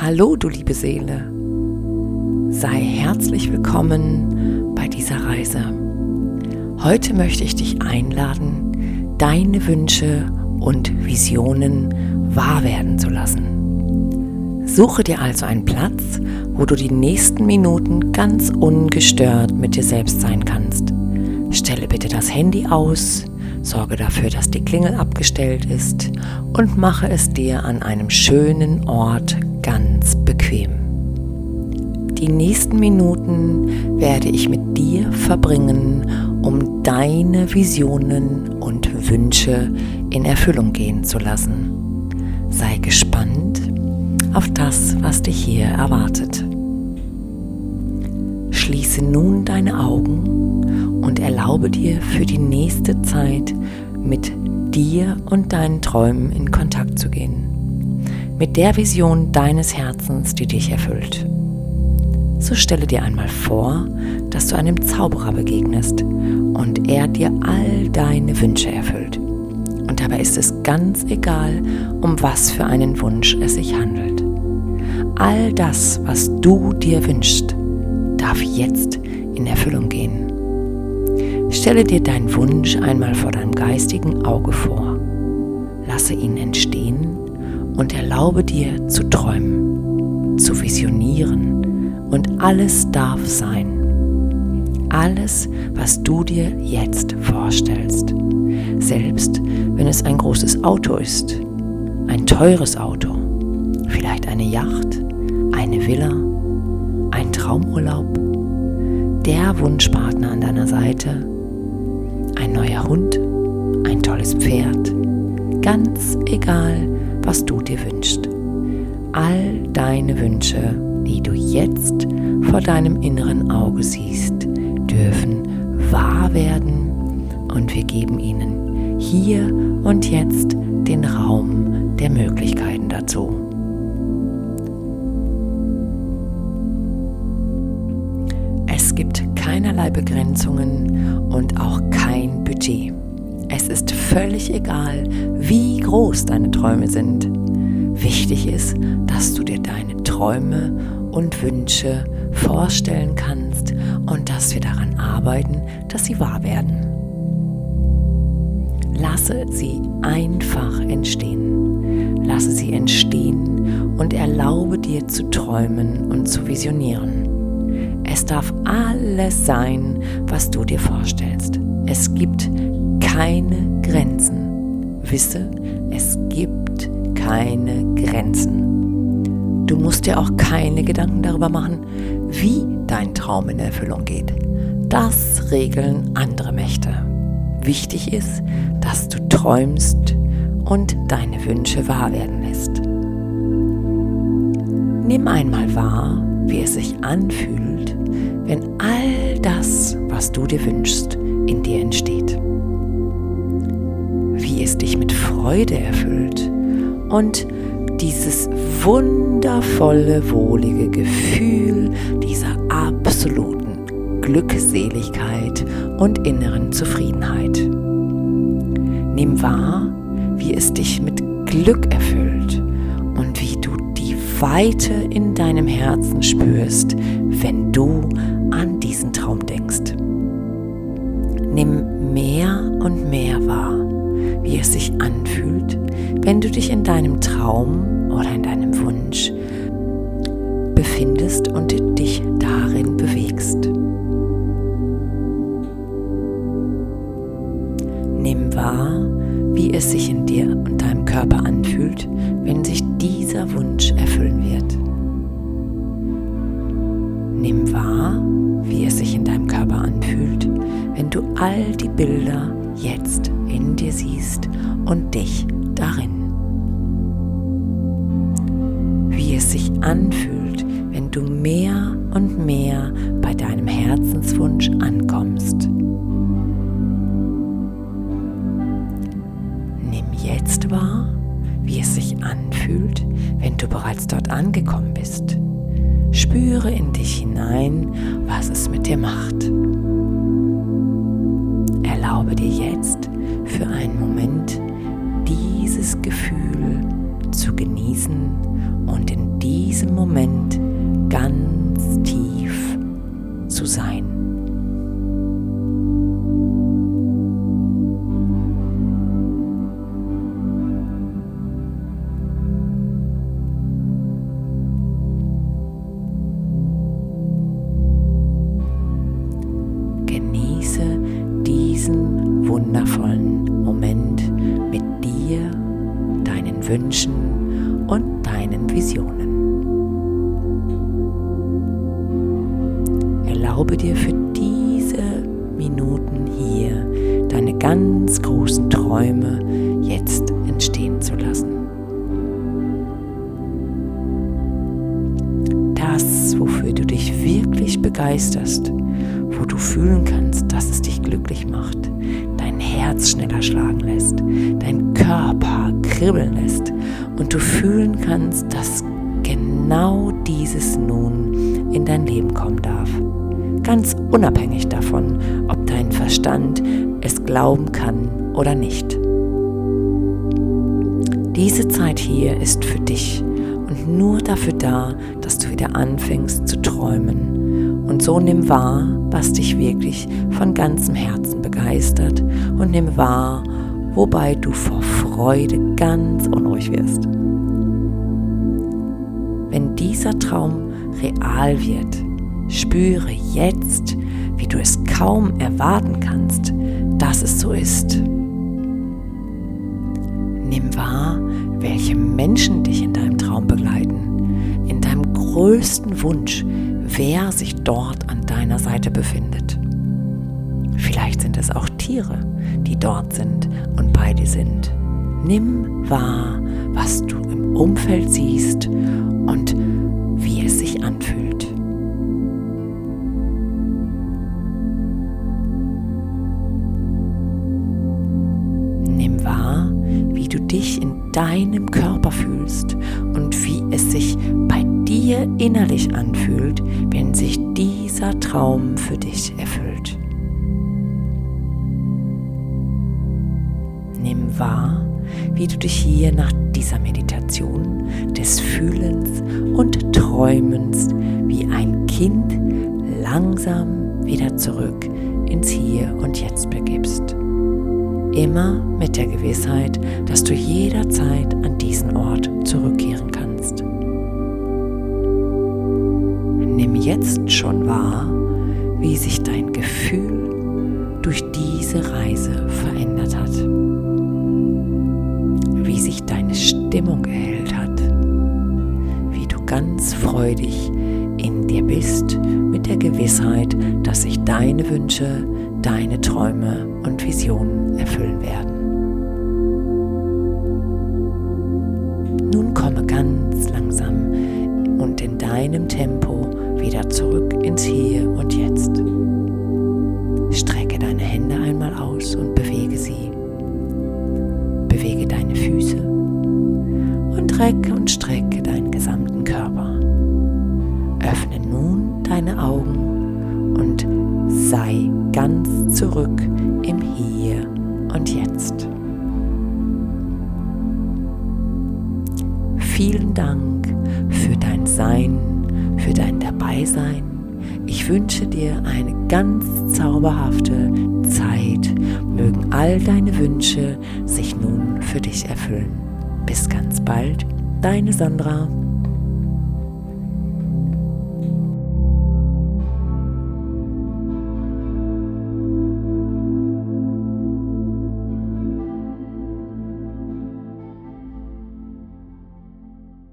Hallo, du liebe Seele, sei herzlich willkommen bei dieser Reise. Heute möchte ich dich einladen, deine Wünsche und Visionen wahr werden zu lassen. Suche dir also einen Platz, wo du die nächsten Minuten ganz ungestört mit dir selbst sein kannst. Stelle bitte das Handy aus, sorge dafür, dass die Klingel abgestellt ist und mache es dir an einem schönen Ort ganz bequem. Die nächsten Minuten werde ich mit dir verbringen, um deine Visionen und Wünsche in Erfüllung gehen zu lassen. Sei gespannt auf das, was dich hier erwartet. Schließe nun deine Augen und erlaube dir für die nächste Zeit mit dir und deinen Träumen in Kontakt zu gehen. Mit der Vision deines Herzens, die dich erfüllt. So stelle dir einmal vor, dass du einem Zauberer begegnest und er dir all deine Wünsche erfüllt. Und dabei ist es ganz egal, um was für einen Wunsch es sich handelt. All das, was du dir wünschst, darf jetzt in Erfüllung gehen. Stelle dir deinen Wunsch einmal vor deinem geistigen Auge vor. Lasse ihn entstehen und erlaube dir zu träumen, zu visionieren und alles darf sein. Alles, was du dir jetzt vorstellst. Selbst wenn es ein großes Auto ist, ein teures Auto, vielleicht eine Yacht, eine Villa, ein Traumurlaub, der Wunschpartner an deiner Seite, ein neuer Hund, ein tolles Pferd, ganz egal, was du dir wünschst. All deine Wünsche, die du jetzt vor deinem inneren Auge siehst, dürfen wahr werden und wir geben ihnen hier und jetzt den Raum der Möglichkeiten dazu. Es gibt keinerlei Begrenzungen und auch kein Budget. Es ist völlig egal, wie groß deine Träume sind. Wichtig ist, dass du dir deine Träume und Wünsche vorstellen kannst und dass wir daran arbeiten, dass sie wahr werden. Lasse sie einfach entstehen. Lasse sie entstehen und erlaube dir zu träumen und zu visionieren. Es darf alles sein, was du dir vorstellst. Es gibt keine Grenzen. Wisse, es gibt keine Grenzen. Du musst dir auch keine Gedanken darüber machen, wie dein Traum in Erfüllung geht. Das regeln andere Mächte. Wichtig ist, dass du träumst und deine Wünsche wahr werden lässt. Nimm einmal wahr, wie es sich anfühlt, wenn all das, was du dir wünschst, in dir entsteht. Wie es dich mit Freude erfüllt und dieses wundervolle, wohlige Gefühl dieser absoluten Glückseligkeit und inneren Zufriedenheit. Nimm wahr, wie es dich mit Glück erfüllt und wie du die Weite in deinem Herzen spürst, wenn du an diesen Traum denkst. Nimm mehr und mehr wahr, wie es sich anfühlt, wenn du dich in deinem Traum oder in deinem Wunsch befindest und dich darin bewegst. Nimm wahr, wie es sich in dir und deinem Körper anfühlt, wenn sich dieser Wunsch erfüllen wird. Nimm wahr, wie es sich in deinem Körper anfühlt, wenn du all die Bilder jetzt in dir siehst und dich darin. Wie es sich anfühlt, wenn du mehr und mehr bei deinem Herzenswunsch ankommst. Nimm jetzt wahr, wie es sich anfühlt, wenn du bereits dort angekommen bist. Spüre in dich hinein, was es mit dir macht. Erlaube dir jetzt für einen Moment dieses Gefühl zu genießen und in diesem Moment ganz tief zu sein. Genieße diesen wundervollen Moment mit dir, deinen Wünschen und deinen Visionen. Erlaube dir für diese Minuten hier deine ganz großen Träume jetzt entstehen zu lassen. Das, wofür du dich wirklich begeisterst, wo du fühlen kannst, dass es dich glücklich macht, dein Herz schneller schlagen lässt, dein Körper kribbeln lässt und du fühlen kannst, dass genau dieses nun in dein Leben kommen darf. Ganz unabhängig davon, ob dein Verstand es glauben kann oder nicht. Diese Zeit hier ist für dich und nur dafür da, dass du wieder anfängst zu träumen. Und so nimm wahr, was dich wirklich von ganzem Herzen begeistert und nimm wahr, wobei du vor Freude ganz unruhig wirst. Wenn dieser Traum real wird, spüre jetzt, wie du es kaum erwarten kannst, dass es so ist. Nimm wahr, welche Menschen dich in deinem Traum begleiten, in deinem größten Wunsch, wer sich dort an deiner Seite befindet. Vielleicht sind es auch Tiere, die dort sind und bei dir sind. Nimm wahr, was du im Umfeld siehst und wie es sich anfühlt. Nimm wahr, wie du dich in deinem Körper fühlst und wie es sich bei dir innerlich anfühlt, wenn sich dieser Traum für dich erfüllt. Nimm wahr, wie du dich hier nach dieser Meditation des Fühlens und Träumens wie ein Kind langsam wieder zurück ins Hier und Jetzt begibst. Immer mit der Gewissheit, dass du jederzeit an diesen Ort zurückkehren kannst. Nimm jetzt schon wahr, wie sich dein Gefühl durch diese Reise verändert hat. Wie sich deine Stimmung erhellt hat. Wie du ganz freudig in dir bist mit der Gewissheit, dass sich deine Wünsche, deine Träume und Visionen erfüllen werden. Nun komme ganz langsam und in deinem Tempo wieder zurück ins Hier und Jetzt. Strecke deine Hände einmal aus und bewege sie. Bewege deine Füße und recke und strecke deinen gesamten Körper. Öffne nun deine Augen und sei ganz zurück im Hier und Jetzt. Vielen Dank für dein Sein, für dein Dabeisein. Ich wünsche dir eine ganz zauberhafte Zeit. Mögen all deine Wünsche sich nun für dich erfüllen. Bis ganz bald, deine Sandra.